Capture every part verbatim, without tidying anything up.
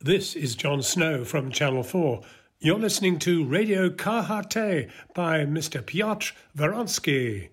This is Jon Snow from Channel four. You're listening to Radio K H T by mister Piotr Weronsky.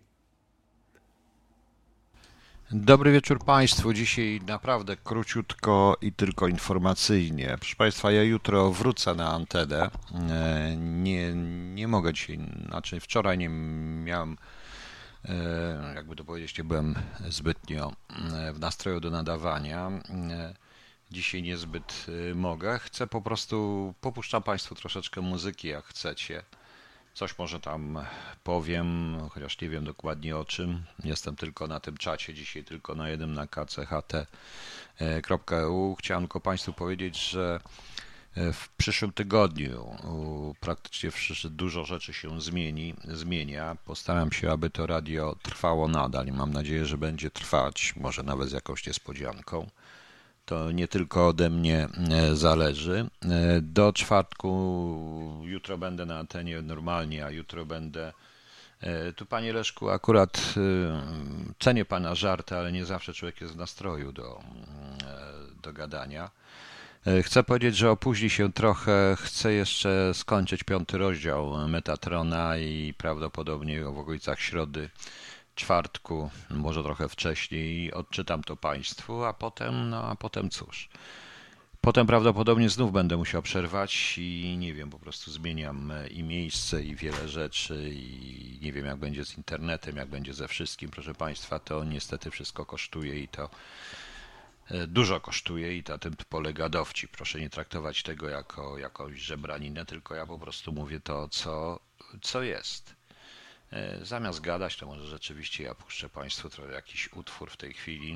Dobry wieczór Państwu. Dzisiaj naprawdę króciutko i tylko informacyjnie. Proszę Państwa, ja jutro wrócę na antenę. Nie, nie mogę dzisiaj, znaczy wczoraj nie miałem, jakby to powiedzieć, nie byłem zbytnio w nastroju do nadawania. Dzisiaj niezbyt mogę. Chcę po prostu, popuszczam Państwu troszeczkę muzyki, jak chcecie. Coś może tam powiem, chociaż nie wiem dokładnie o czym. Jestem tylko na tym czacie dzisiaj, tylko na jednym, na k c h t kropka e u. Chciałem tylko Państwu powiedzieć, że w przyszłym tygodniu praktycznie dużo rzeczy się zmieni, zmienia. Postaram się, aby to radio trwało nadal i mam nadzieję, że będzie trwać, może nawet z jakąś niespodzianką. To nie tylko ode mnie zależy. Do czwartku, jutro będę na antenie normalnie, a jutro będę... Tu, panie Leszku, akurat cenię pana żarty, ale nie zawsze człowiek jest w nastroju do, do gadania. Chcę powiedzieć, że opóźni się trochę. Chcę jeszcze skończyć piąty rozdział Metatrona i prawdopodobnie w okolicach środy, czwartku, może trochę wcześniej, odczytam to Państwu, a potem, no a potem cóż. Potem prawdopodobnie znów będę musiał przerwać i nie wiem, po prostu zmieniam i miejsce i wiele rzeczy i nie wiem, jak będzie z internetem, jak będzie ze wszystkim. Proszę Państwa, to niestety wszystko kosztuje i to dużo kosztuje i na tym polega dowcip. Proszę nie traktować tego jako jakąś żebraninę, tylko ja po prostu mówię to, co, co jest. Zamiast gadać, to może rzeczywiście ja puszczę Państwu trochę jakiś utwór w tej chwili.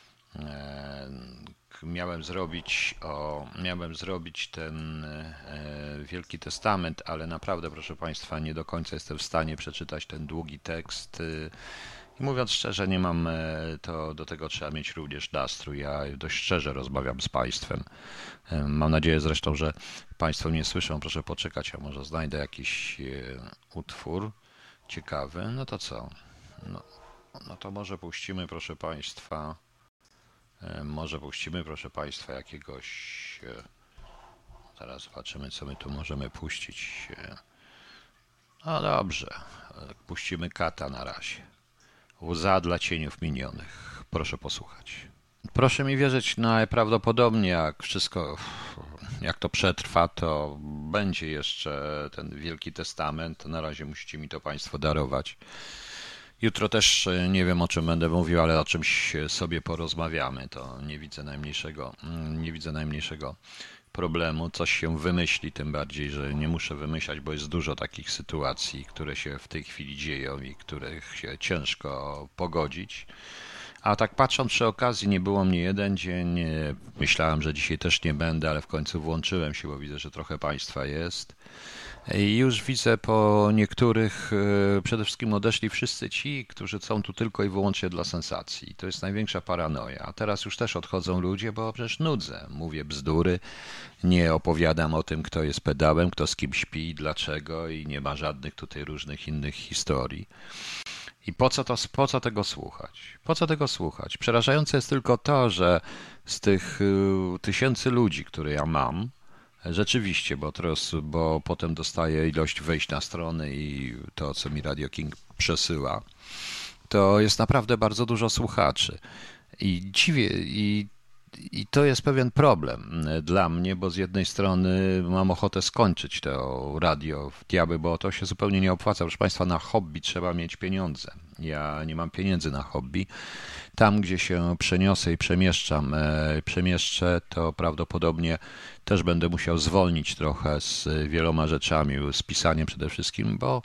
Miałem zrobić, o, miałem zrobić ten Wielki Testament, ale naprawdę, proszę Państwa, nie do końca jestem w stanie przeczytać ten długi tekst. I mówiąc szczerze, nie mam, to do tego trzeba mieć również nastrój. Ja dość szczerze rozmawiam z Państwem. Mam nadzieję zresztą, że Państwo mnie słyszą. Proszę poczekać, a może znajdę jakiś utwór ciekawy. No to co? No, no to może puścimy, proszę Państwa, może puścimy, proszę Państwa, jakiegoś... Teraz zobaczymy, co my tu możemy puścić. No dobrze, puścimy Kata na razie. Łza dla cieniów minionych. Proszę posłuchać. Proszę mi wierzyć, najprawdopodobniej jak wszystko, jak to przetrwa, to będzie jeszcze ten Wielki Testament. Na razie musicie mi to Państwo darować. Jutro też nie wiem, o czym będę mówił, ale o czymś sobie porozmawiamy. To nie widzę najmniejszego, nie widzę najmniejszego problemu. Coś się wymyśli, tym bardziej, że nie muszę wymyślać, bo jest dużo takich sytuacji, które się w tej chwili dzieją i których się ciężko pogodzić. A tak patrząc przy okazji, nie było mnie jeden dzień, myślałem, że dzisiaj też nie będę, ale w końcu włączyłem się, bo widzę, że trochę Państwa jest. I już widzę po niektórych, przede wszystkim odeszli wszyscy ci, którzy są tu tylko i wyłącznie dla sensacji. To jest największa paranoja. A teraz już też odchodzą ludzie, bo przecież nudzę. Mówię bzdury, nie opowiadam o tym, kto jest pedałem, kto z kim śpi, dlaczego i nie ma żadnych tutaj różnych innych historii. I po co, to, po co tego słuchać? Po co tego słuchać? Przerażające jest tylko to, że z tych tysięcy ludzi, które ja mam, rzeczywiście, bo, teraz, bo potem dostaję ilość wejść na strony i to, co mi Radio King przesyła, to jest naprawdę bardzo dużo słuchaczy. I dziwię, i, i to jest pewien problem dla mnie, bo z jednej strony mam ochotę skończyć to radio w diaby, bo to się zupełnie nie opłaca. Proszę Państwa, na hobby trzeba mieć pieniądze. Ja nie mam pieniędzy na hobby. Tam, gdzie się przeniosę i przemieszczam, przemieszczę, to prawdopodobnie też będę musiał zwolnić trochę z wieloma rzeczami, z pisaniem przede wszystkim, bo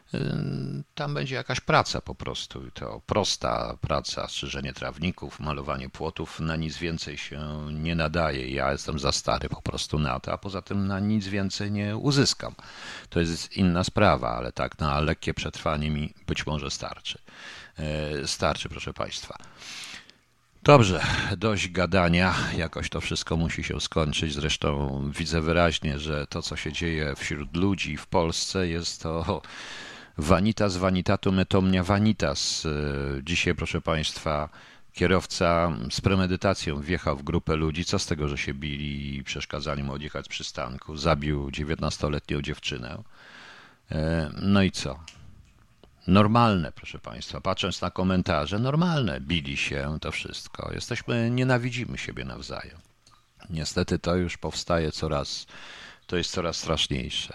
tam będzie jakaś praca po prostu. To prosta praca, strzyżenie trawników, malowanie płotów, na nic więcej się nie nadaje. Ja jestem za stary po prostu na to, a poza tym na nic więcej nie uzyskam. To jest inna sprawa, ale tak na lekkie przetrwanie mi być może starczy. Starczy, proszę Państwa. Dobrze, dość gadania, jakoś to wszystko musi się skończyć. Zresztą widzę wyraźnie, że to, co się dzieje wśród ludzi w Polsce, jest to vanitas vanitatum et omnia vanitas. Dzisiaj, proszę Państwa, Kierowca z premedytacją wjechał w grupę ludzi. Co z tego, że się bili i przeszkadzali mu odjechać z przystanku? Zabił dziewiętnastoletnią dziewczynę. No i co? Normalne, proszę Państwa. Patrząc na komentarze, normalne. Bili się, to wszystko. Jesteśmy, nienawidzimy siebie nawzajem. Niestety to już powstaje coraz, to jest coraz straszniejsze.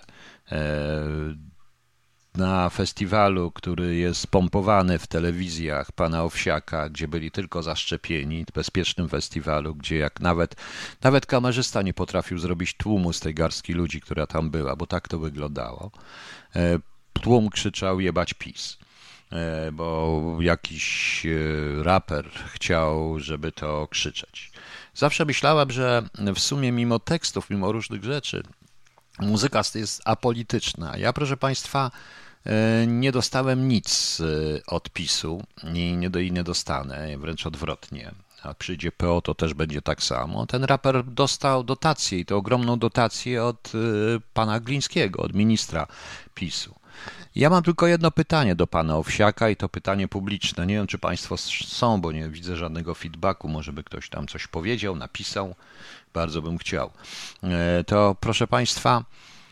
Na festiwalu, który jest pompowany w telewizjach pana Owsiaka, gdzie byli tylko zaszczepieni, bezpiecznym festiwalu, gdzie jak nawet, nawet kamerzysta nie potrafił zrobić tłumu z tej garstki ludzi, która tam była, bo tak to wyglądało. Tłum krzyczał jebać PiS, bo jakiś raper chciał, żeby to krzyczeć. Zawsze myślałem, że w sumie mimo tekstów, mimo różnych rzeczy, muzyka jest apolityczna. Ja, proszę Państwa, nie dostałem nic od PiSu i nie, do, i nie dostanę, wręcz odwrotnie. A przyjdzie P O, to też będzie tak samo. Ten raper dostał dotację i to ogromną dotację od pana Glińskiego, od ministra PiSu. Ja mam tylko jedno pytanie do pana Owsiaka i to pytanie publiczne. Nie wiem, czy państwo są, bo nie widzę żadnego feedbacku. Może by ktoś tam coś powiedział, napisał. Bardzo bym chciał. To proszę państwa,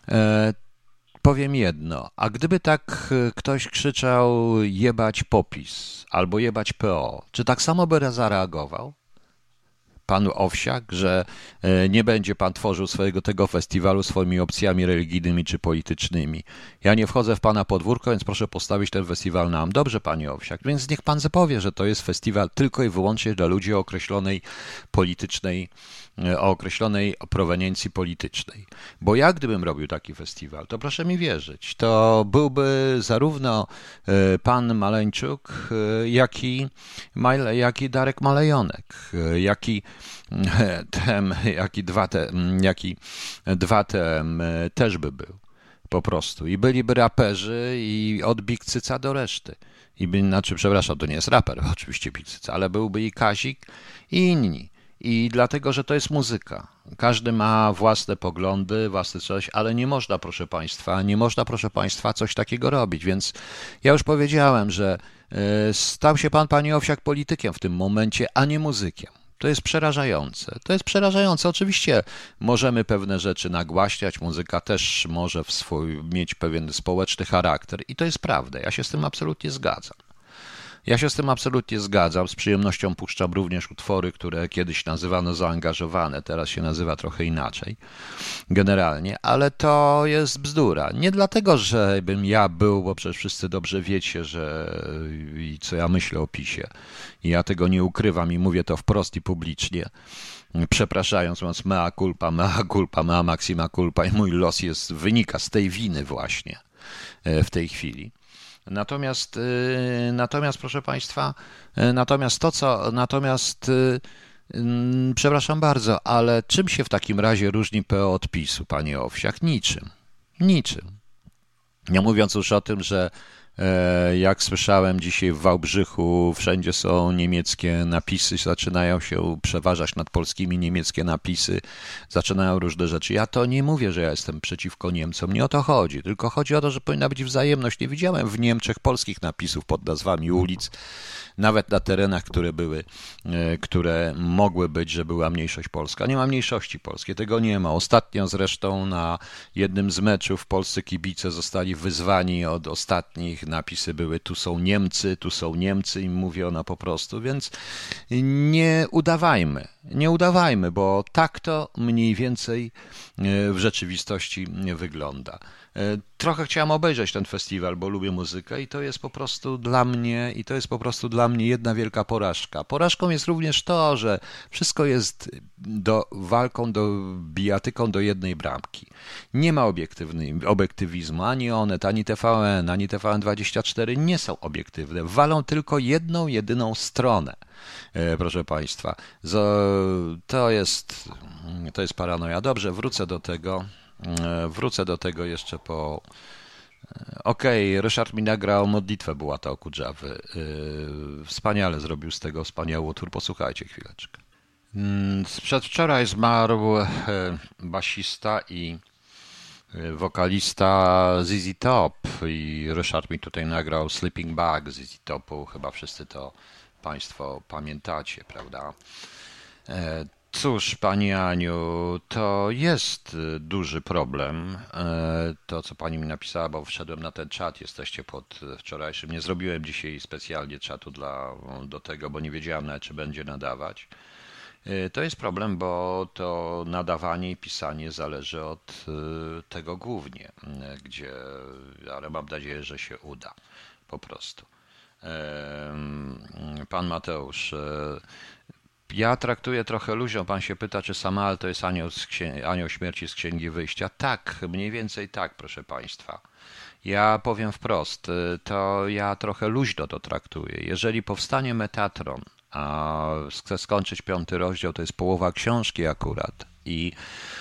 powiem jedno. A gdyby tak ktoś krzyczał jebać PO-PiS albo jebać P O, czy tak samo by zareagował pan Owsiak, że nie będzie pan tworzył swojego tego festiwalu swoimi opcjami religijnymi czy politycznymi? Ja nie wchodzę w pana podwórko, więc proszę postawić ten festiwal nam. Dobrze, panie Owsiak, więc niech pan zapowie, że to jest festiwal tylko i wyłącznie dla ludzi o określonej politycznej, o określonej proweniencji politycznej. Bo ja gdybym robił taki festiwal, to proszę mi wierzyć, to byłby zarówno pan Maleńczuk, jak i, jak i Darek Malejonek, jak i Tem, jak i dwa te, jak i dwa tem też by był. Po prostu. I byliby raperzy i od Big Cyca do reszty. I by, znaczy, przepraszam, to nie jest raper, oczywiście Big Cyca, ale byłby i Kazik i inni. I dlatego, że to jest muzyka. Każdy ma własne poglądy, własne coś, ale nie można, proszę Państwa, nie można, proszę Państwa, coś takiego robić. Więc ja już powiedziałem, że stał się pan, panie Owsiak, politykiem w tym momencie, a nie muzykiem. To jest przerażające. To jest przerażające. Oczywiście możemy pewne rzeczy nagłaśniać, muzyka też może w swój, mieć pewien społeczny charakter i to jest prawda. Ja się z tym absolutnie zgadzam. Ja się z tym absolutnie zgadzam. Z przyjemnością puszczam również utwory, które kiedyś nazywano zaangażowane, teraz się nazywa trochę inaczej generalnie, ale to jest bzdura. Nie dlatego, żebym ja był, bo przecież wszyscy dobrze wiecie, że i co ja myślę o PiSie. I ja tego nie ukrywam i mówię to wprost i publicznie. Przepraszając, mówiąc mea culpa, mea culpa, mea maxima culpa i mój los jest, wynika z tej winy właśnie w tej chwili. Natomiast, natomiast proszę Państwa, natomiast to co, natomiast przepraszam bardzo, ale czym się w takim razie różni P O od PiSu, panie Owsiak? Niczym. Niczym. Nie mówiąc już o tym, że jak słyszałem dzisiaj w Wałbrzychu, wszędzie są niemieckie napisy, zaczynają się przeważać nad polskimi niemieckie napisy, zaczynają różne rzeczy. Ja to nie mówię, że ja jestem przeciwko Niemcom, nie o to chodzi, tylko chodzi o to, że powinna być wzajemność. Nie widziałem w Niemczech polskich napisów pod nazwami ulic, nawet na terenach, które były, które mogły być, że była mniejszość polska. Nie ma mniejszości polskiej, tego nie ma. Ostatnio zresztą na jednym z meczów polscy kibice zostali wyzwani od ostatnich. Napisy były tu są Niemcy, tu są Niemcy, im mówiono po prostu, więc nie udawajmy, nie udawajmy, bo tak to mniej więcej w rzeczywistości wygląda. Trochę chciałem obejrzeć ten festiwal, bo lubię muzykę i to jest po prostu dla mnie, i to jest po prostu dla mnie jedna wielka porażka. Porażką jest również to, że wszystko jest do, walką, do, bijatyką do jednej bramki. Nie ma obiektywizmu, ani Onet, ani T V N, ani T V N dwadzieścia cztery nie są obiektywne. Walą tylko jedną, jedyną stronę, proszę Państwa. To jest, to jest paranoja. Dobrze, wrócę do tego. Wrócę do tego jeszcze po... Okej, okay, Ryszard mi nagrał modlitwę Bułata Okudżawy. Wspaniale zrobił z tego wspaniały utwór. Posłuchajcie chwileczkę. Przedwczoraj zmarł basista i wokalista Z Z Top i Ryszard mi tutaj nagrał Sleeping Bag Z Z Topu. Chyba wszyscy to Państwo pamiętacie, prawda? E, Cóż, Pani Aniu, to jest y, duży problem. E, To, co Pani mi napisała, bo wszedłem na ten czat, jesteście pod y, wczorajszym. Nie zrobiłem dzisiaj specjalnie czatu dla, do tego, bo nie wiedziałem nawet, czy będzie nadawać. E, To jest problem, bo to nadawanie i pisanie zależy od y, tego głównie, y, gdzie, ale mam nadzieję, że się uda po prostu. Em, Pan Mateusz, e, ja traktuję trochę luźno. Pan się pyta, czy Samael to jest anioł, z księ... anioł śmierci z Księgi Wyjścia. Tak, mniej więcej tak, proszę Państwa. Ja powiem wprost, y, to ja trochę luźno to traktuję. Jeżeli powstanie Metatron, a chcę skończyć piąty rozdział, to jest połowa książki akurat i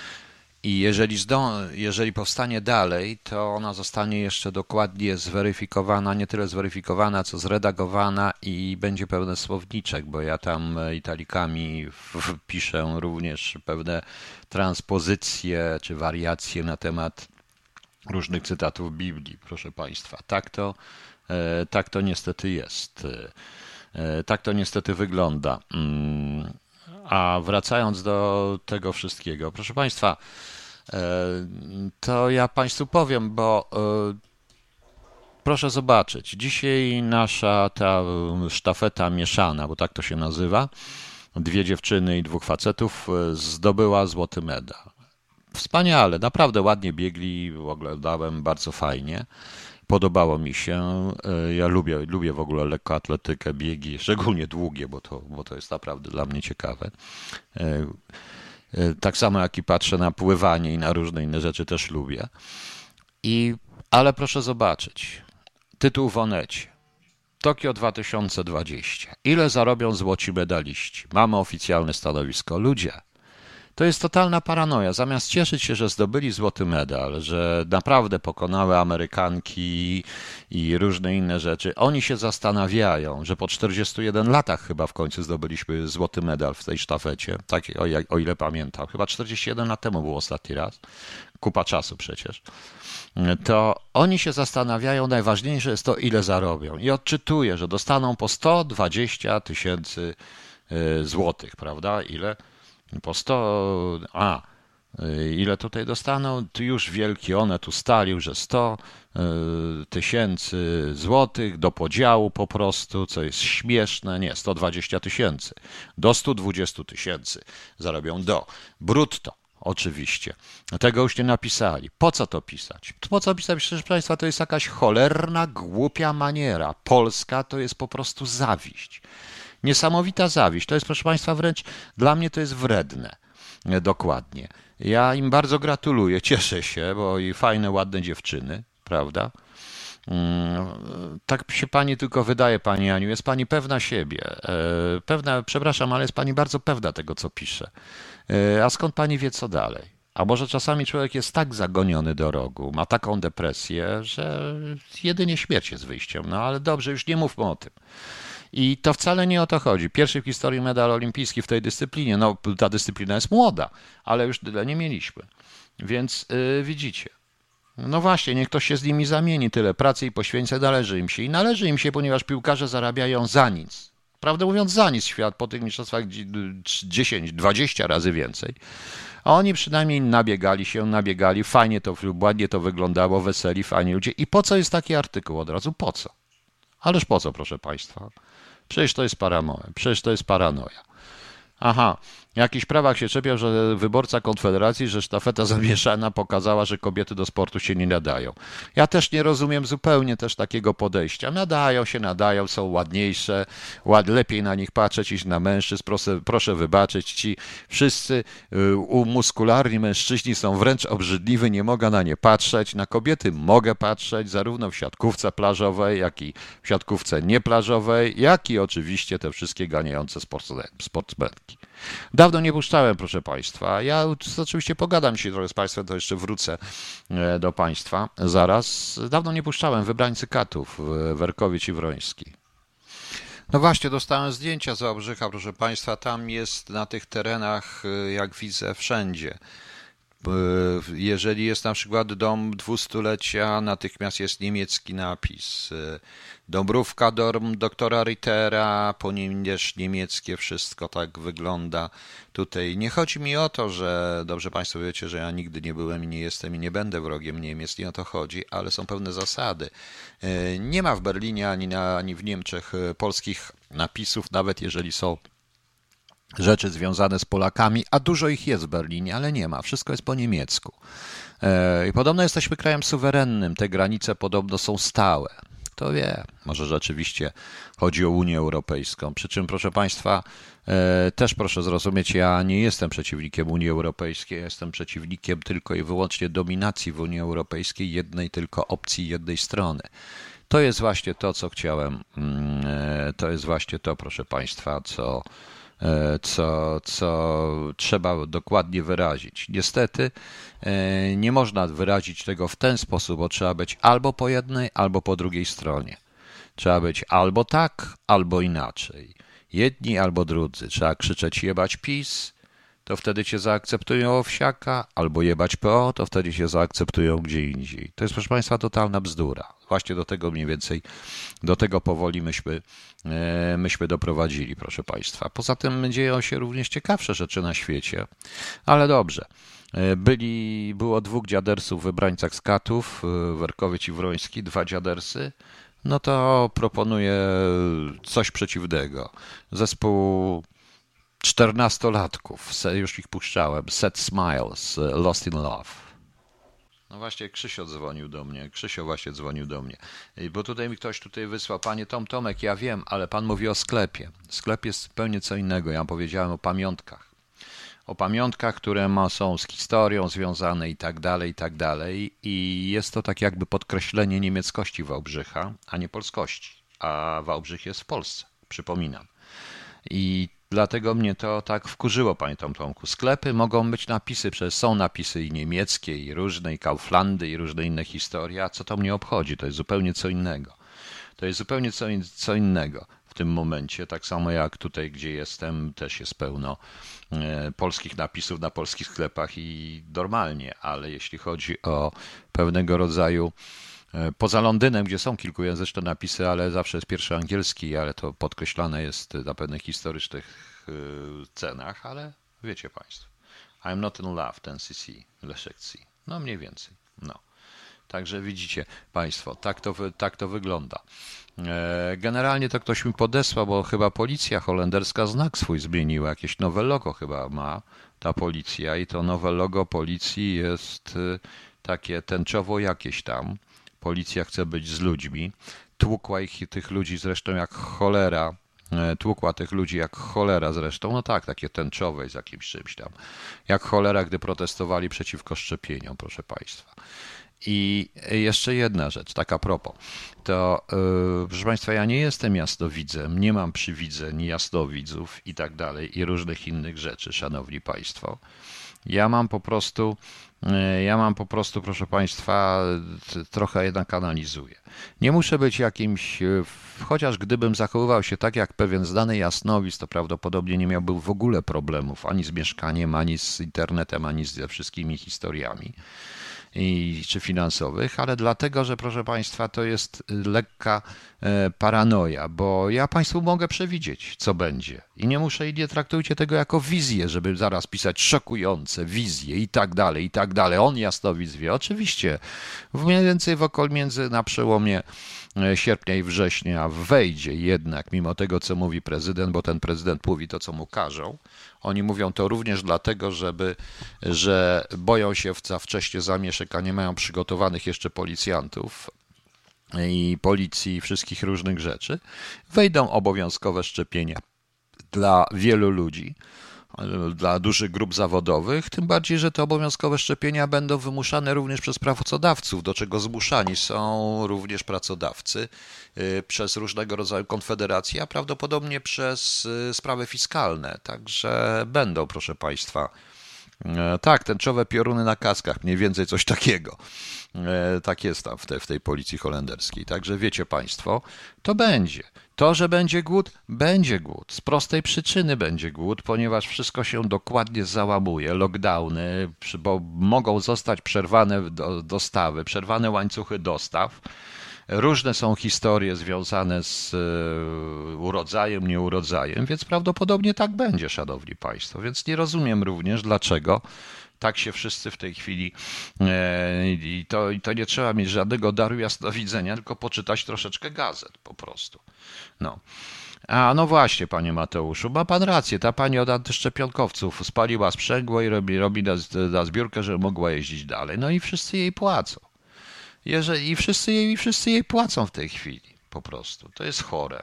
i jeżeli, zdą, jeżeli powstanie dalej, to ona zostanie jeszcze dokładnie zweryfikowana, nie tyle zweryfikowana, co zredagowana i będzie pełny słowniczek, bo ja tam italikami wpiszę również pewne transpozycje czy wariacje na temat różnych cytatów Biblii, proszę Państwa. Tak to, e, tak to niestety jest. E, Tak to niestety wygląda. Mm, A wracając do tego wszystkiego, proszę Państwa, e, to ja Państwu powiem, bo e, proszę zobaczyć, dzisiaj nasza ta e, sztafeta mieszana, bo tak to się nazywa, dwie dziewczyny i dwóch facetów e, zdobyła złoty medal. Wspaniale, naprawdę ładnie biegli, oglądałem bardzo fajnie. Podobało mi się. E, Ja lubię, lubię w ogóle lekkoatletykę, biegi, szczególnie długie, bo to, bo to jest naprawdę dla mnie ciekawe. E, e, Tak samo jak i patrzę na pływanie i na różne inne rzeczy też lubię. I, ale proszę zobaczyć, tytuł w Onecie. Tokio dwa tysiące dwadzieścia. Ile zarobią złoci medaliści? Mamy oficjalne stanowisko. Ludzie, to jest totalna paranoja. Zamiast cieszyć się, że zdobyli złoty medal, że naprawdę pokonały Amerykanki i różne inne rzeczy, oni się zastanawiają, że po czterdziestu jeden latach chyba w końcu zdobyliśmy złoty medal w tej sztafecie, tak o, jak- o ile pamiętam. Chyba czterdzieści jeden lat temu był ostatni raz. Kupa czasu przecież. To oni się zastanawiają, najważniejsze jest to, ile zarobią. I odczytuję, że dostaną po sto dwadzieścia tysięcy y, złotych, prawda? Ile? Po sto, a y, ile tutaj dostaną? Tu już wielki Onet ustalił, że sto y, tysięcy złotych do podziału po prostu, co jest śmieszne, nie, sto dwadzieścia tysięcy, do stu dwudziestu tysięcy zarobią do, brutto. Oczywiście. Tego już nie napisali. Po co to pisać? Po co pisać? Proszę Państwa, to jest jakaś cholerna, głupia maniera. Polska to jest po prostu zawiść. Niesamowita zawiść. To jest, proszę Państwa, wręcz dla mnie to jest wredne. E, Dokładnie. Ja im bardzo gratuluję, cieszę się, bo i fajne, ładne dziewczyny, prawda? Mm, Tak się pani tylko wydaje, pani Aniu. Jest pani pewna siebie. E, Pewna, przepraszam, ale jest pani bardzo pewna tego, co pisze. E, A skąd pani wie, co dalej? A może czasami człowiek jest tak zagoniony do rogu, ma taką depresję, że jedynie śmierć jest wyjściem. No ale dobrze, już nie mówmy o tym. I to wcale nie o to chodzi. Pierwszy w historii medal olimpijski w tej dyscyplinie. No, ta dyscyplina jest młoda, ale już tyle nie mieliśmy. Więc yy, widzicie. No właśnie, niech ktoś się z nimi zamieni. Tyle pracy i poświęcenia należy im się. I należy im się, ponieważ piłkarze zarabiają za nic. Prawdę mówiąc, za nic świat po tych mistrzostwach dziesięć, dwadzieścia razy więcej. A oni przynajmniej nabiegali się, nabiegali. Fajnie to, ładnie to wyglądało, weseli, fajni ludzie. I po co jest taki artykuł od razu? Po co? Ależ po co, proszę Państwa? Przecież to jest paranoja. Przecież to jest paranoja. Aha, jakiś prawak się czepiał, że wyborca Konfederacji, że sztafeta zamieszana pokazała, że kobiety do sportu się nie nadają. Ja też nie rozumiem zupełnie też takiego podejścia. Nadają się, nadają, są ładniejsze, ład, lepiej na nich patrzeć niż na mężczyzn. Proszę, proszę wybaczyć, ci wszyscy y, muskularni mężczyźni są wręcz obrzydliwi, nie mogę na nie patrzeć. Na kobiety mogę patrzeć, zarówno w siatkówce plażowej, jak i w siatkówce nieplażowej, jak i oczywiście te wszystkie ganiające sportsmenki. Dawno nie puszczałem, proszę Państwa. Ja oczywiście pogadam się trochę z Państwem, to jeszcze wrócę e, do Państwa zaraz. Dawno nie puszczałem Wybrańcy Katów, e, Werkowicz i Wroński. No właśnie, dostałem zdjęcia z Wałbrzycha, proszę Państwa. Tam jest na tych terenach, e, jak widzę, wszędzie. Jeżeli jest na przykład dom dwustulecia, natychmiast jest niemiecki napis. Dąbrówka dom doktora Rittera, po nim też niemieckie, wszystko tak wygląda. Tutaj nie chodzi mi o to, że dobrze Państwo wiecie, że ja nigdy nie byłem i nie jestem i nie będę wrogiem Niemiec, nie o to chodzi, ale są pewne zasady. Nie ma w Berlinie ani, na, ani w Niemczech polskich napisów, nawet jeżeli są rzeczy związane z Polakami, a dużo ich jest w Berlinie, ale nie ma. Wszystko jest po niemiecku. I podobno jesteśmy krajem suwerennym. Te granice podobno są stałe. Kto wie, może rzeczywiście chodzi o Unię Europejską. Przy czym, proszę Państwa, też proszę zrozumieć, ja nie jestem przeciwnikiem Unii Europejskiej, jestem przeciwnikiem tylko i wyłącznie dominacji w Unii Europejskiej jednej tylko opcji, jednej strony. To jest właśnie to, co chciałem, to jest właśnie to, proszę Państwa, co Co, co trzeba dokładnie wyrazić. Niestety nie można wyrazić tego w ten sposób, bo trzeba być albo po jednej, albo po drugiej stronie. Trzeba być albo tak, albo inaczej. Jedni albo drudzy. Trzeba krzyczeć jebać PiS, to wtedy cię zaakceptują Owsiaka, albo jebać P O, to wtedy się zaakceptują gdzie indziej. To jest, proszę Państwa, totalna bzdura. Właśnie do tego mniej więcej, do tego powoli myśmy, myśmy doprowadzili, proszę Państwa. Poza tym dzieją się również ciekawsze rzeczy na świecie, ale dobrze. Byli, było dwóch dziadersów w wybrańcach z Katów, Werkowiec i Wroński, dwa dziadersy. No to proponuję coś przeciwnego. Zespół czternastolatków, już ich puszczałem, Set Smiles, Lost in Love. No właśnie, Krzysio dzwonił do mnie, Krzysio właśnie dzwonił do mnie, bo tutaj mi ktoś tutaj wysłał, panie Tom, Tomek, ja wiem, ale pan mówi o sklepie. Sklep jest zupełnie co innego, ja powiedziałem o pamiątkach. O pamiątkach, które ma, są z historią związane i tak dalej, i tak dalej. I jest to tak jakby podkreślenie niemieckości Wałbrzycha, a nie polskości. A Wałbrzych jest w Polsce, przypominam. I dlatego mnie to tak wkurzyło, panie Tom Tomku. Sklepy mogą być napisy, przecież są napisy i niemieckie, i różne, i Kauflandy, i różne inne historie, a co to mnie obchodzi? To jest zupełnie co innego. To jest zupełnie co, in, co innego w tym momencie. Tak samo jak tutaj, gdzie jestem, też jest pełno e, polskich napisów na polskich sklepach i normalnie, ale jeśli chodzi o pewnego rodzaju poza Londynem, gdzie są kilkujęzyczne napisy, ale zawsze jest pierwszy angielski, ale to podkreślane jest na pewnych historycznych cenach, ale wiecie Państwo. I'm not in love, ten C C, Leszek C. No mniej więcej, no. Także widzicie Państwo, tak to, tak to wygląda. Generalnie to ktoś mi podesłał, bo chyba policja holenderska znak swój zmieniła, jakieś nowe logo chyba ma ta policja i to nowe logo policji jest takie tęczowo jakieś tam. Policja chce być z ludźmi. Tłukła ich, tych ludzi zresztą jak cholera. Tłukła tych ludzi jak cholera zresztą. No tak, takie tęczowe z jakimś czymś tam. Jak cholera, gdy protestowali przeciwko szczepieniom, proszę Państwa. I jeszcze jedna rzecz, tak a propos. To, yy, proszę Państwa, ja nie jestem jasnowidzem, nie mam przywidzeń, jasnowidzów i tak dalej i różnych innych rzeczy, szanowni Państwo. Ja mam po prostu, ja mam po prostu, proszę Państwa, trochę jednak analizuję. Nie muszę być jakimś, chociaż gdybym zachowywał się tak jak pewien znany jasnowidz, to prawdopodobnie nie miałbym w ogóle problemów ani z mieszkaniem, ani z internetem, ani ze wszystkimi historiami. I, czy finansowych, ale dlatego, że proszę Państwa, to jest lekka e, paranoja, bo ja Państwu mogę przewidzieć, co będzie i nie muszę i nie traktujcie tego jako wizję, żeby zaraz pisać szokujące wizje i tak dalej, i tak dalej. On jasnowidz wie, oczywiście, mniej więcej w okol między na przełomie sierpnia i września wejdzie jednak, mimo tego, co mówi prezydent, bo ten prezydent mówi to, co mu każą. Oni mówią to również dlatego, żeby, że boją się za wcześnie zamieszek, a nie mają przygotowanych jeszcze policjantów i policji i wszystkich różnych rzeczy. Wejdą obowiązkowe szczepienia dla wielu ludzi, dla dużych grup zawodowych, tym bardziej, że te obowiązkowe szczepienia będą wymuszane również przez pracodawców, do czego zmuszani są również pracodawcy przez różnego rodzaju konfederacje, a prawdopodobnie przez sprawy fiskalne. Także będą, proszę Państwa, E, tak, tęczowe pioruny na kaskach, mniej więcej coś takiego. E, tak jest tam w, te, w tej policji holenderskiej. Także wiecie państwo, to będzie. To, że będzie głód, będzie głód. Z prostej przyczyny będzie głód, ponieważ wszystko się dokładnie załamuje. Lockdowny, bo mogą zostać przerwane do, dostawy, przerwane łańcuchy dostaw. Różne są historie związane z urodzajem, nieurodzajem, więc prawdopodobnie tak będzie, szanowni państwo. Więc nie rozumiem również, dlaczego tak się wszyscy w tej chwili i to, i to nie trzeba mieć żadnego daru jasnowidzenia, tylko poczytać troszeczkę gazet po prostu. No. A no właśnie, panie Mateuszu, ma pan rację, ta pani od antyszczepionkowców spaliła sprzęgło i robi, robi na, na zbiórkę, żeby mogła jeździć dalej. No i wszyscy jej płacą. Jeżeli, I wszyscy jej, wszyscy jej płacą w tej chwili, po prostu. To jest chore.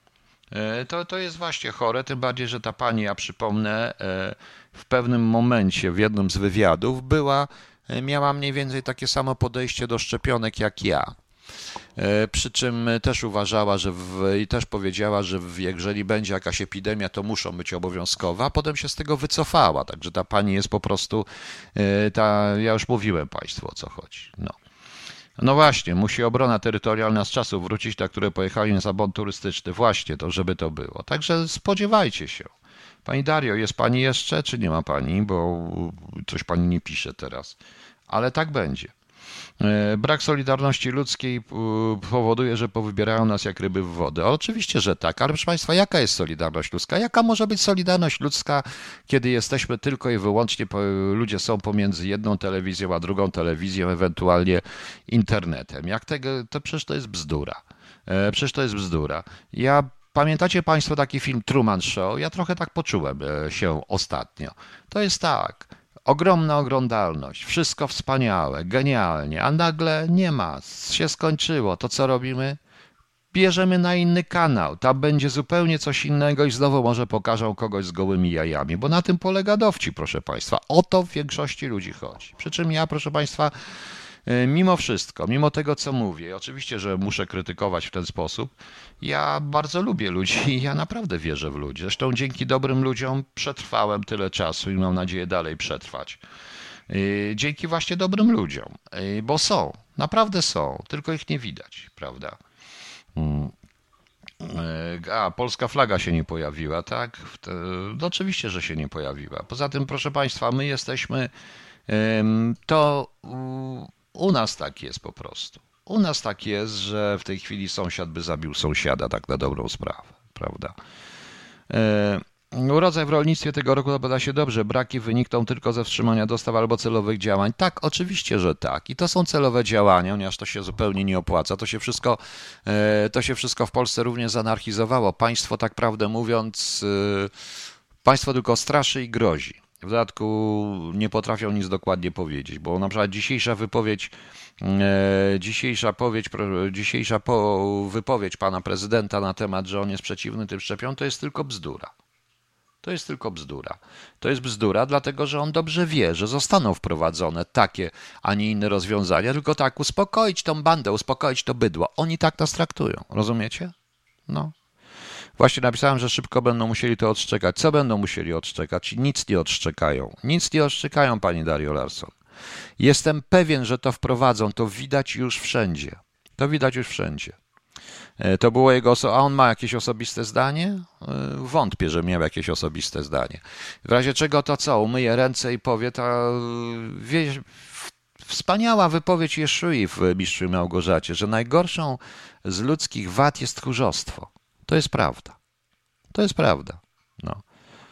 To, to jest właśnie chore, tym bardziej, że ta pani, ja przypomnę, w pewnym momencie w jednym z wywiadów była, miała mniej więcej takie samo podejście do szczepionek jak ja. Przy czym też uważała, że w, i też powiedziała, że w, jeżeli będzie jakaś epidemia, to muszą być obowiązkowe, a potem się z tego wycofała. Także ta pani jest po prostu, ta, ja już mówiłem państwu, o co chodzi. No. No właśnie, musi obrona terytorialna z czasów wrócić, ta, które pojechali na bon turystyczny. Właśnie to, żeby to było. Także spodziewajcie się. Pani Dario, jest pani jeszcze, czy nie ma pani? Bo coś pani nie pisze teraz. Ale tak będzie. Brak solidarności ludzkiej powoduje, że powybierają nas jak ryby w wodę. Oczywiście, że tak, ale proszę państwa, jaka jest solidarność ludzka? Jaka może być solidarność ludzka, kiedy jesteśmy tylko i wyłącznie, ludzie są pomiędzy jedną telewizją a drugą telewizją, ewentualnie internetem? Jak tego, to przecież to jest bzdura. Przecież to jest bzdura. Ja Pamiętacie państwo taki film Truman Show? Ja trochę tak poczułem się ostatnio. To jest tak. Ogromna oglądalność, wszystko wspaniałe, genialnie, a nagle nie ma, się skończyło. To co robimy? Bierzemy na inny kanał, tam będzie zupełnie coś innego i znowu może pokażą kogoś z gołymi jajami, bo na tym polega dowcip, proszę państwa. O to w większości ludzi chodzi. Przy czym ja, proszę państwa, mimo wszystko, mimo tego, co mówię, oczywiście, że muszę krytykować w ten sposób, ja bardzo lubię ludzi i ja naprawdę wierzę w ludzi. Zresztą dzięki dobrym ludziom przetrwałem tyle czasu i mam nadzieję dalej przetrwać. Dzięki właśnie dobrym ludziom, bo są, naprawdę są, tylko ich nie widać, prawda? A, polska flaga się nie pojawiła, tak? No oczywiście, że się nie pojawiła. Poza tym, proszę państwa, my jesteśmy, to u nas tak jest po prostu. U nas tak jest, że w tej chwili sąsiad by zabił sąsiada, tak na dobrą sprawę, prawda? Urodzaj w rolnictwie tego roku zapowiada się dobrze. Braki wynikną tylko ze wstrzymania dostaw albo celowych działań. Tak, oczywiście, że tak. I to są celowe działania, ponieważ to się zupełnie nie opłaca. To się wszystko, to się wszystko w Polsce również zanarchizowało. Państwo, tak prawdę mówiąc, państwo tylko straszy i grozi. W dodatku nie potrafią nic dokładnie powiedzieć, bo na przykład dzisiejsza wypowiedź, e, dzisiejsza, powiedź, dzisiejsza po, wypowiedź pana prezydenta na temat, że on jest przeciwny tym szczepiom, to jest tylko bzdura. To jest tylko bzdura. To jest bzdura, dlatego że on dobrze wie, że zostaną wprowadzone takie, a nie inne rozwiązania, tylko tak uspokoić tą bandę, uspokoić to bydło. Oni tak nas traktują, rozumiecie? No. Właśnie napisałem, że szybko będą musieli to odszczekać. Co będą musieli odszczekać? Nic nie odszczekają. Nic nie odszczekają, pani Dario Larsson. Jestem pewien, że to wprowadzą. To widać już wszędzie. To widać już wszędzie. To było jego... Oso- a on ma jakieś osobiste zdanie? Wątpię, że miał jakieś osobiste zdanie. W razie czego to co? Umyje ręce i powie, ta wie... Wspaniała wypowiedź Jeszui w Mistrzu Małgorzacie, że najgorszą z ludzkich wad jest tchórzostwo. To jest prawda. To jest prawda. No.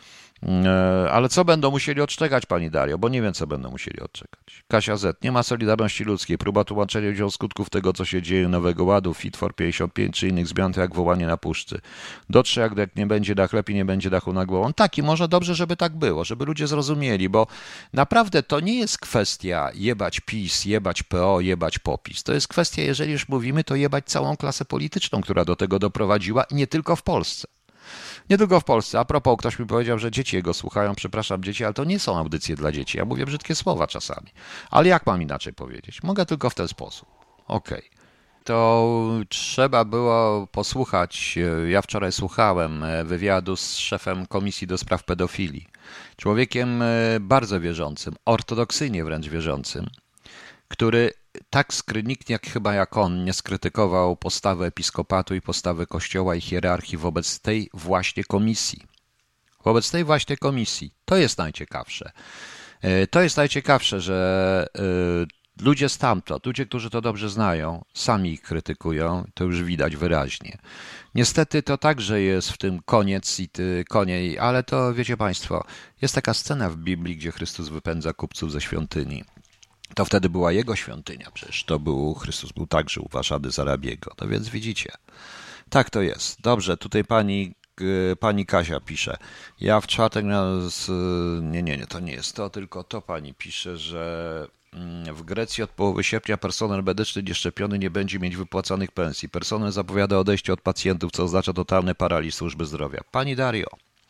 Ale co będą musieli odczekać, pani Dario? Bo nie wiem, co będą musieli odczekać. Kasia Z. Nie ma solidarności ludzkiej. Próba tłumaczenia ludziom skutków tego, co się dzieje, Nowego Ładu, Fit for pięćdziesiąt pięć czy innych zmian, jak wołanie na puszczy. Dotrze, jak, jak nie będzie dach lepiej, nie będzie dachu nad głową. Tak, i może dobrze, żeby tak było, żeby ludzie zrozumieli, bo naprawdę to nie jest kwestia jebać PiS, jebać P O, jebać popis. To jest kwestia, jeżeli już mówimy, to jebać całą klasę polityczną, która do tego doprowadziła i nie tylko w Polsce. Nie tylko w Polsce. A propos, ktoś mi powiedział, że dzieci jego słuchają. Przepraszam, dzieci, ale to nie są audycje dla dzieci. Ja mówię brzydkie słowa czasami. Ale jak mam inaczej powiedzieć? Mogę tylko w ten sposób. Okej. Okay. to trzeba było posłuchać, ja wczoraj słuchałem wywiadu z szefem Komisji do Spraw Pedofilii, człowiekiem bardzo wierzącym, ortodoksyjnie wręcz wierzącym, który tak nikt jak chyba jak on nie skrytykował postawy episkopatu i postawy Kościoła i hierarchii wobec tej właśnie komisji. Wobec tej właśnie komisji. To jest najciekawsze. To jest najciekawsze, że ludzie stamtąd, ludzie, którzy to dobrze znają, sami ich krytykują, to już widać wyraźnie. Niestety to także jest w tym koniec i ty, koniej, ale to wiecie Państwo, jest taka scena w Biblii, gdzie Chrystus wypędza kupców ze świątyni. To wtedy była jego świątynia, przecież to był, Chrystus był także uważany za rabiego. No więc widzicie, tak to jest. Dobrze, tutaj pani, pani Kasia pisze. Ja w czwartek miałem z... Nie, nie, nie, to nie jest to, tylko to pani pisze, że w Grecji od połowy sierpnia personel medyczny nieszczepiony nie będzie mieć wypłacanych pensji. Personel zapowiada odejście od pacjentów, co oznacza totalny paraliż służby zdrowia. Pani Dario.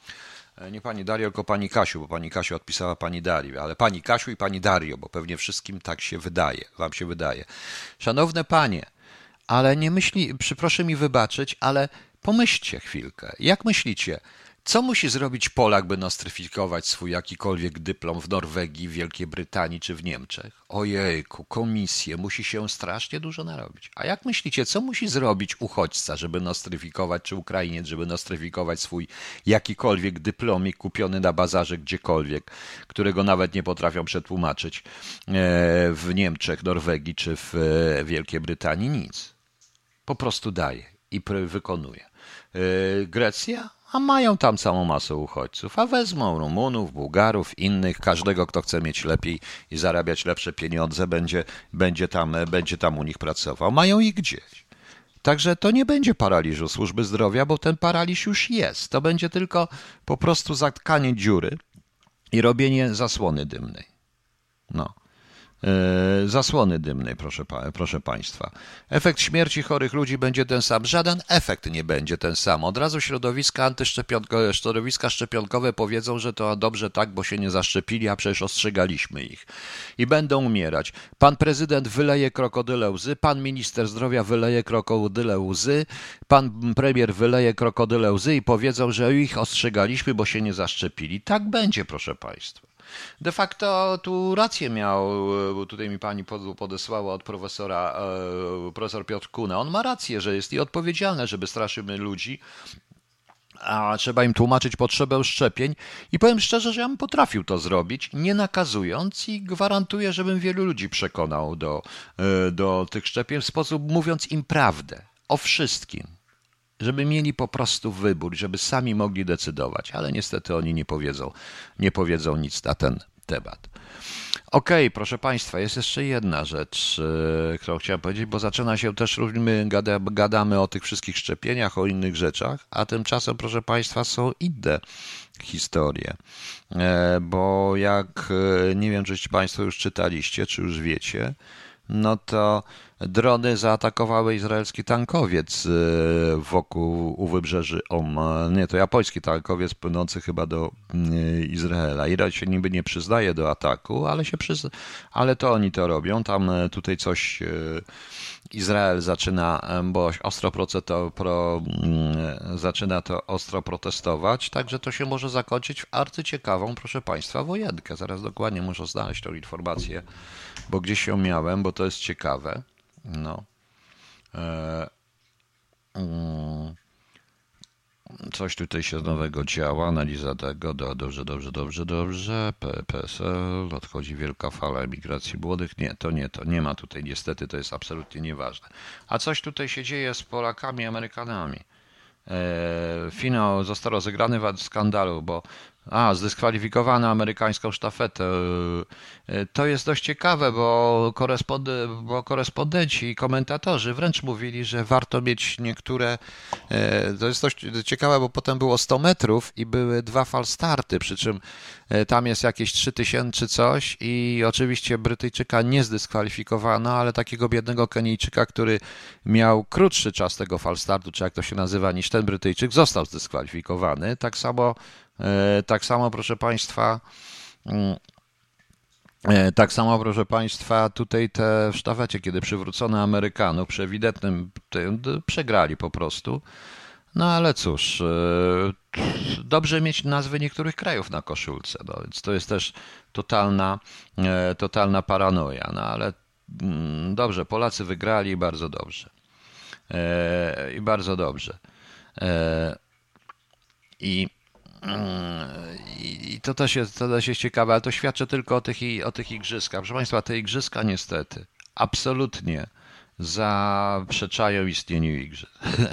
Nie pani Dario, tylko pani Kasiu, bo pani Kasiu odpisała pani Dario, ale pani Kasiu i pani Dario, bo pewnie wszystkim tak się wydaje, wam się wydaje. Szanowne panie, ale nie myśli, proszę mi wybaczyć, ale pomyślcie chwilkę. Jak myślicie, co musi zrobić Polak, by nostryfikować swój jakikolwiek dyplom w Norwegii, w Wielkiej Brytanii czy w Niemczech? Ojejku, komisję, musi się strasznie dużo narobić. A jak myślicie, co musi zrobić uchodźca, żeby nostryfikować, czy Ukrainiec, żeby nostryfikować swój jakikolwiek dyplomik kupiony na bazarze gdziekolwiek, którego nawet nie potrafią przetłumaczyć w Niemczech, Norwegii czy w Wielkiej Brytanii? Nic. Po prostu daje i wykonuje. Grecja? A mają tam całą masę uchodźców, a wezmą Rumunów, Bułgarów, innych, każdego, kto chce mieć lepiej i zarabiać lepsze pieniądze, będzie, będzie, tam, będzie tam u nich pracował. Mają ich gdzieś. Także to nie będzie paraliżu służby zdrowia, bo ten paraliż już jest. To będzie tylko po prostu zatkanie dziury i robienie zasłony dymnej. No. Zasłony dymnej, proszę, proszę Państwa. Efekt śmierci chorych ludzi będzie ten sam. Żaden efekt nie będzie ten sam. Od razu środowiska antyszczepionkowe, środowiska szczepionkowe powiedzą, że to dobrze tak, bo się nie zaszczepili, a przecież ostrzegaliśmy ich. I będą umierać. Pan prezydent wyleje krokodyle łzy, pan minister zdrowia wyleje krokodyle łzy, pan premier wyleje krokodyle łzy i powiedzą, że ich ostrzegaliśmy, bo się nie zaszczepili. Tak będzie, proszę Państwa. De facto tu rację miał, bo tutaj mi pani podesłała od profesora, profesor Piotr Kuna. On ma rację, że jest nieodpowiedzialne, żeby straszymy ludzi, a trzeba im tłumaczyć potrzebę szczepień. I powiem szczerze, że ja bym potrafił to zrobić, nie nakazując i gwarantuję, żebym wielu ludzi przekonał do, do tych szczepień w sposób mówiąc im prawdę o wszystkim. Żeby mieli po prostu wybór, żeby sami mogli decydować, ale niestety oni nie powiedzą, nie powiedzą nic na ten temat. Okej, okay, proszę Państwa, jest jeszcze jedna rzecz, yy, którą chciałem powiedzieć, bo zaczyna się też, my gada, gadamy o tych wszystkich szczepieniach, o innych rzeczach, a tymczasem, proszę Państwa, są inne historie, yy, bo jak, yy, nie wiem, czy Państwo już czytaliście, czy już wiecie, no to drony zaatakowały izraelski tankowiec wokół u wybrzeży Oman. Nie, to japoński tankowiec płynący chyba do Izraela. Iran się niby nie przyznaje do ataku, ale się przyzna... ale to oni to robią. Tam tutaj coś Izrael zaczyna, bo ostro proceto, pro, zaczyna to ostro protestować, także to się może zakończyć w arcyciekawą, proszę Państwa, wojenkę. Zaraz dokładnie muszę znaleźć tą informację, bo gdzieś ją miałem, bo to jest ciekawe. No. E, um, coś tutaj się nowego działa, analiza tego, do, dobrze, dobrze, dobrze, dobrze, P P S L, odchodzi wielka fala emigracji młodych, nie, to nie, to nie ma tutaj, niestety to jest absolutnie nieważne. A coś tutaj się dzieje z Polakami, Amerykanami. E, finał został rozegrany w skandalu, bo A, zdyskwalifikowano amerykańską sztafetę. To jest dość ciekawe, bo, korespond bo korespondenci i komentatorzy wręcz mówili, że warto mieć niektóre... To jest dość ciekawe, bo potem było sto metrów i były dwa falstarty, przy czym tam jest jakieś trzy tysiące czy coś i oczywiście Brytyjczyka nie zdyskwalifikowano, ale takiego biednego Kenijczyka, który miał krótszy czas tego falstartu, czy jak to się nazywa, niż ten Brytyjczyk, został zdyskwalifikowany. Tak samo Tak samo, proszę Państwa, Tak samo, proszę Państwa, tutaj te w sztafecie, kiedy przywrócono Amerykanów, przy ewidentnym tym, przegrali po prostu. No ale cóż, dobrze mieć nazwy niektórych krajów na koszulce, no, więc to jest też totalna, totalna paranoja. No ale dobrze, Polacy wygrali bardzo dobrze. I bardzo dobrze. I I to też, jest, to też jest ciekawe, ale to świadczy tylko o tych, o tych igrzyskach. Proszę Państwa, te igrzyska niestety absolutnie zaprzeczają istnieniu igrzysk.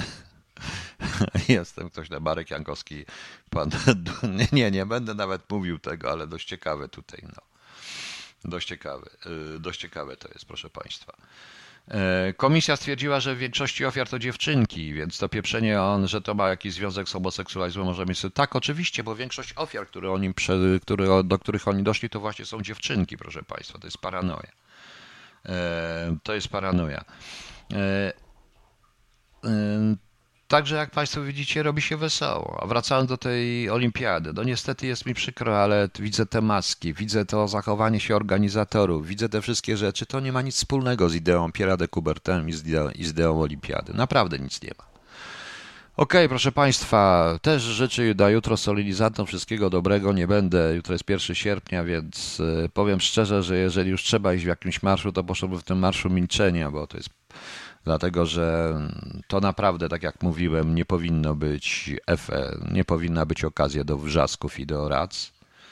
Jestem ktoś na Marek Jankowski. Pan, nie, nie, nie będę nawet mówił tego, ale dość ciekawe tutaj. No. Dość ciekawe, dość ciekawe to jest, proszę Państwa. Komisja stwierdziła, że w większości ofiar to dziewczynki, więc to pieprzenie, on, że to ma jakiś związek z homoseksualizmem, może mieć. Tak, oczywiście, bo większość ofiar, które oni, które, do których oni doszli, to właśnie są dziewczynki, proszę Państwa. To jest paranoja. To jest paranoja. Także jak Państwo widzicie, robi się wesoło. A wracając do tej olimpiady, no niestety jest mi przykro, ale widzę te maski, widzę to zachowanie się organizatorów, widzę te wszystkie rzeczy. To nie ma nic wspólnego z ideą Pierre de Coubertin i z ideą, i z ideą olimpiady. Naprawdę nic nie ma. Okej, okay, proszę Państwa, też życzę na jutro solenizantom wszystkiego dobrego. Nie będę, jutro jest pierwszego sierpnia, więc powiem szczerze, że jeżeli już trzeba iść w jakimś marszu, to poszedłbym w tym marszu milczenia, bo to jest... Dlatego, że to naprawdę, tak jak mówiłem, nie powinno być efe, nie powinna być okazja do wrzasków i do rac.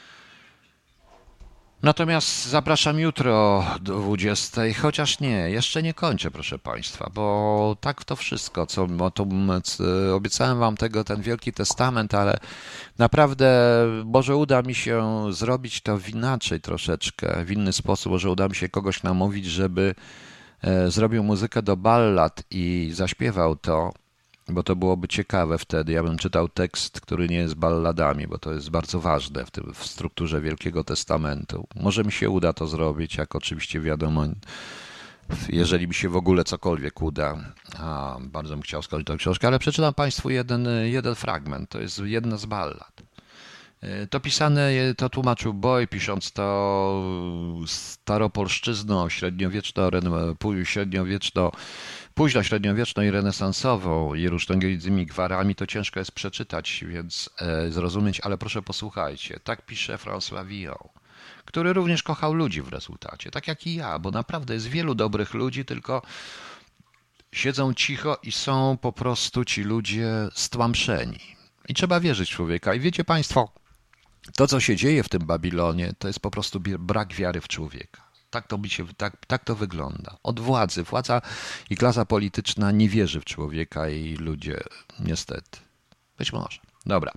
Natomiast zapraszam jutro o dwudziestej, chociaż nie, jeszcze nie kończę, proszę Państwa, bo tak to wszystko, co to, obiecałem Wam tego, ten Wielki Testament, ale naprawdę może uda mi się zrobić to inaczej troszeczkę, w inny sposób, może uda mi się kogoś namówić, żeby zrobił muzykę do ballad i zaśpiewał to, bo to byłoby ciekawe wtedy. Ja bym czytał tekst, który nie jest balladami, bo to jest bardzo ważne w, tym, w strukturze Wielkiego Testamentu. Może mi się uda to zrobić, jak oczywiście wiadomo, jeżeli mi się w ogóle cokolwiek uda. A, bardzo bym chciał skończyć tę książkę, ale przeczytam Państwu jeden, jeden fragment. To jest jedna z ballad. To pisane, to tłumaczył Boy, pisząc to staropolszczyzną, średniowieczną, średniowieczną, późno średniowieczną i renesansową i różnymi gwarami, to ciężko jest przeczytać, więc e, zrozumieć, ale proszę posłuchajcie. Tak pisze François Villon, który również kochał ludzi w rezultacie, tak jak i ja, bo naprawdę jest wielu dobrych ludzi, tylko siedzą cicho i są po prostu ci ludzie stłamszeni. I trzeba wierzyć w człowieka. I wiecie Państwo, to, co się dzieje w tym Babilonie, to jest po prostu brak wiary w człowieka. Tak to, mi się, tak, tak to wygląda. Od władzy. Władza i klasa polityczna nie wierzy w człowieka i ludzie, niestety. Być może. Dobra.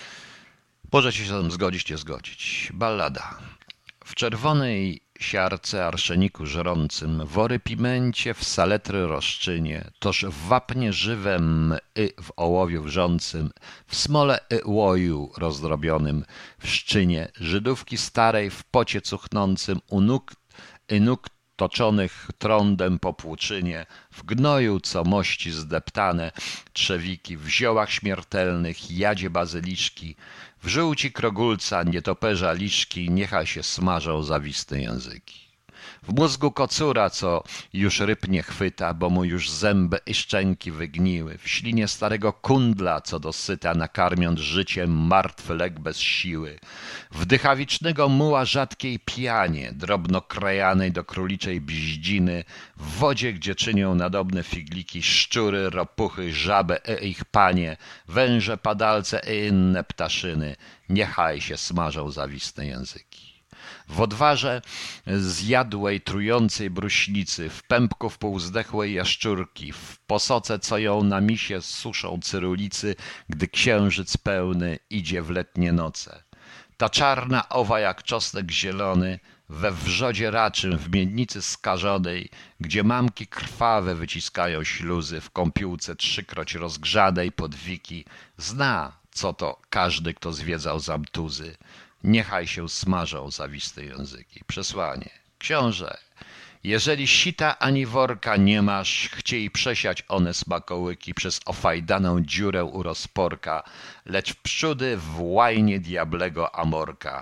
Możecie się z tym zgodzić, nie zgodzić. Ballada. W czerwonej siarce arseniku żrącym, wory pimencie w saletry roszczynie, toż w wapnie żywem i w ołowiu wrzącym, w smole i łoju rozdrobionym, w szczynie Żydówki starej w pocie cuchnącym, u nóg i nóg toczonych trądem po płuczynie, w gnoju, co mości zdeptane, trzewiki, w ziołach śmiertelnych, jadzie bazyliszki, w żółci krogulca, nietoperza liszki, niechaj się smażą zawiste języki. W mózgu kocura, co już ryb nie chwyta, bo mu już zęby i szczęki wygniły, w ślinie starego kundla, co dosyta, nakarmiąc życiem martwy lek bez siły, w dychawicznego muła rzadkiej pianie, drobno krajanej do króliczej bździny, w wodzie, gdzie czynią nadobne figliki, szczury, ropuchy, żaby i ich panie, węże, padalce i inne ptaszyny, niechaj się smażą zawiste języki. W odwarze zjadłej, trującej bruśnicy, w pępku wpółzdechłej jaszczurki, w posoce, co ją na misie suszą cyrulicy, gdy księżyc pełny idzie w letnie noce. Ta czarna owa jak czosnek zielony, we wrzodzie raczym, w miednicy skażonej, gdzie mamki krwawe wyciskają śluzy, w kąpiłce trzykroć rozgrzanej podwiki, zna, co to każdy, kto zwiedzał zamtuzy. Niechaj się smażą zawiste języki. Przesłanie. Książę, jeżeli sita ani worka nie masz, chciej przesiać one smakołyki przez ofajdaną dziurę u rozporka, lecz wprzódy w łajnie diablego amorka.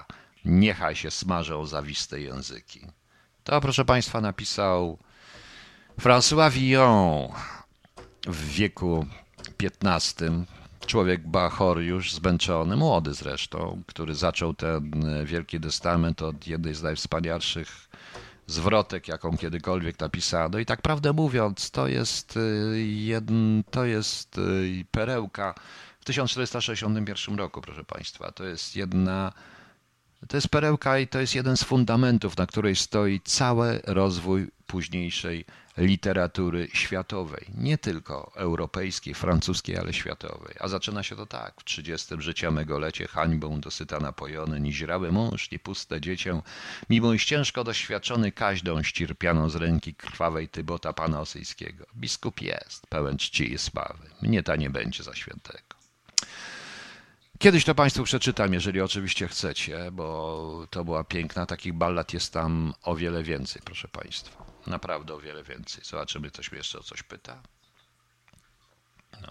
Niechaj się smażą zawiste języki. To, proszę Państwa, napisał François Villon w wieku piętnastym. Człowiek bachor już zmęczony, młody zresztą, który zaczął ten Wielki Testament od jednej z najwspanialszych zwrotek, jaką kiedykolwiek napisano. I tak prawdę mówiąc, to jest, jedn, to jest perełka w tysiąc czterysta sześćdziesiątym pierwszym roku, proszę Państwa. To jest jedna, to jest perełka i to jest jeden z fundamentów, na której stoi cały rozwój późniejszej literatury światowej. Nie tylko europejskiej, francuskiej, ale światowej. A zaczyna się to tak. W trzydziestym życia mego lecie hańbą dosyta napojony, ni źrały mąż, ni puste dziecię, mi mój ciężko doświadczony kaźdą ścierpianą z ręki krwawej Tybota pana Osyjskiego. Biskup jest, pełen czci i sławy. Mnie ta nie będzie za świętego. Kiedyś to Państwu przeczytam, jeżeli oczywiście chcecie, bo to była piękna. Takich ballad jest tam o wiele więcej, proszę Państwa. Naprawdę o wiele więcej. Zobaczymy, ktoś mnie jeszcze o coś pyta. No.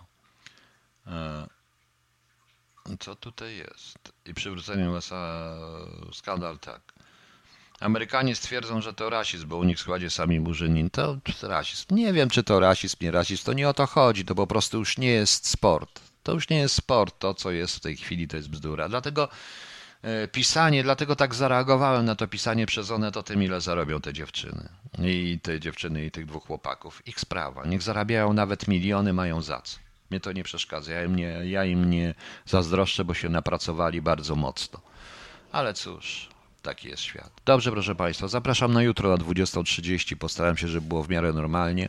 Co tutaj jest? I przywrócenie U S A skandal, tak. Amerykanie stwierdzą, że to rasizm, bo u nich w składzie sami Murzynin. To rasizm. Nie wiem, czy to rasizm, nie rasizm. To nie o to chodzi. To po prostu już nie jest sport. To już nie jest sport. To, co jest w tej chwili, to jest bzdura. Dlatego pisanie, dlatego tak zareagowałem na to pisanie przez Onet o tym, ile zarobią te dziewczyny. I te dziewczyny, i tych dwóch chłopaków. Ich sprawa. Niech zarabiają nawet miliony, mają za co. Mnie to nie przeszkadza. Ja im nie, ja im nie zazdroszczę, bo się napracowali bardzo mocno. Ale cóż, taki jest świat. Dobrze, proszę Państwa, zapraszam na jutro na dwudziestą trzydzieści. Postaram się, żeby było w miarę normalnie.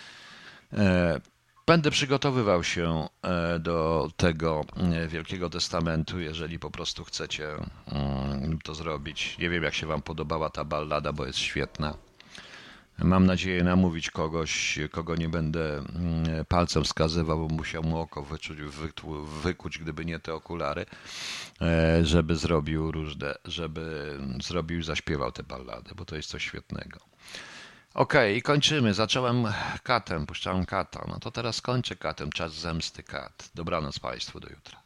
Będę przygotowywał się do tego Wielkiego Testamentu, jeżeli po prostu chcecie to zrobić. Nie wiem, jak się Wam podobała ta ballada, bo jest świetna. Mam nadzieję namówić kogoś, kogo nie będę palcem wskazywał, bo musiał mu oko wyczuć, wykuć, gdyby nie te okulary, żeby zrobił różne, żeby zrobił i zaśpiewał tę balladę, bo to jest coś świetnego. Okej, okay, kończymy. Zacząłem katem, puszczałem kata. No to teraz kończę katem. Czas zemsty kat. Dobranoc Państwu, do jutra.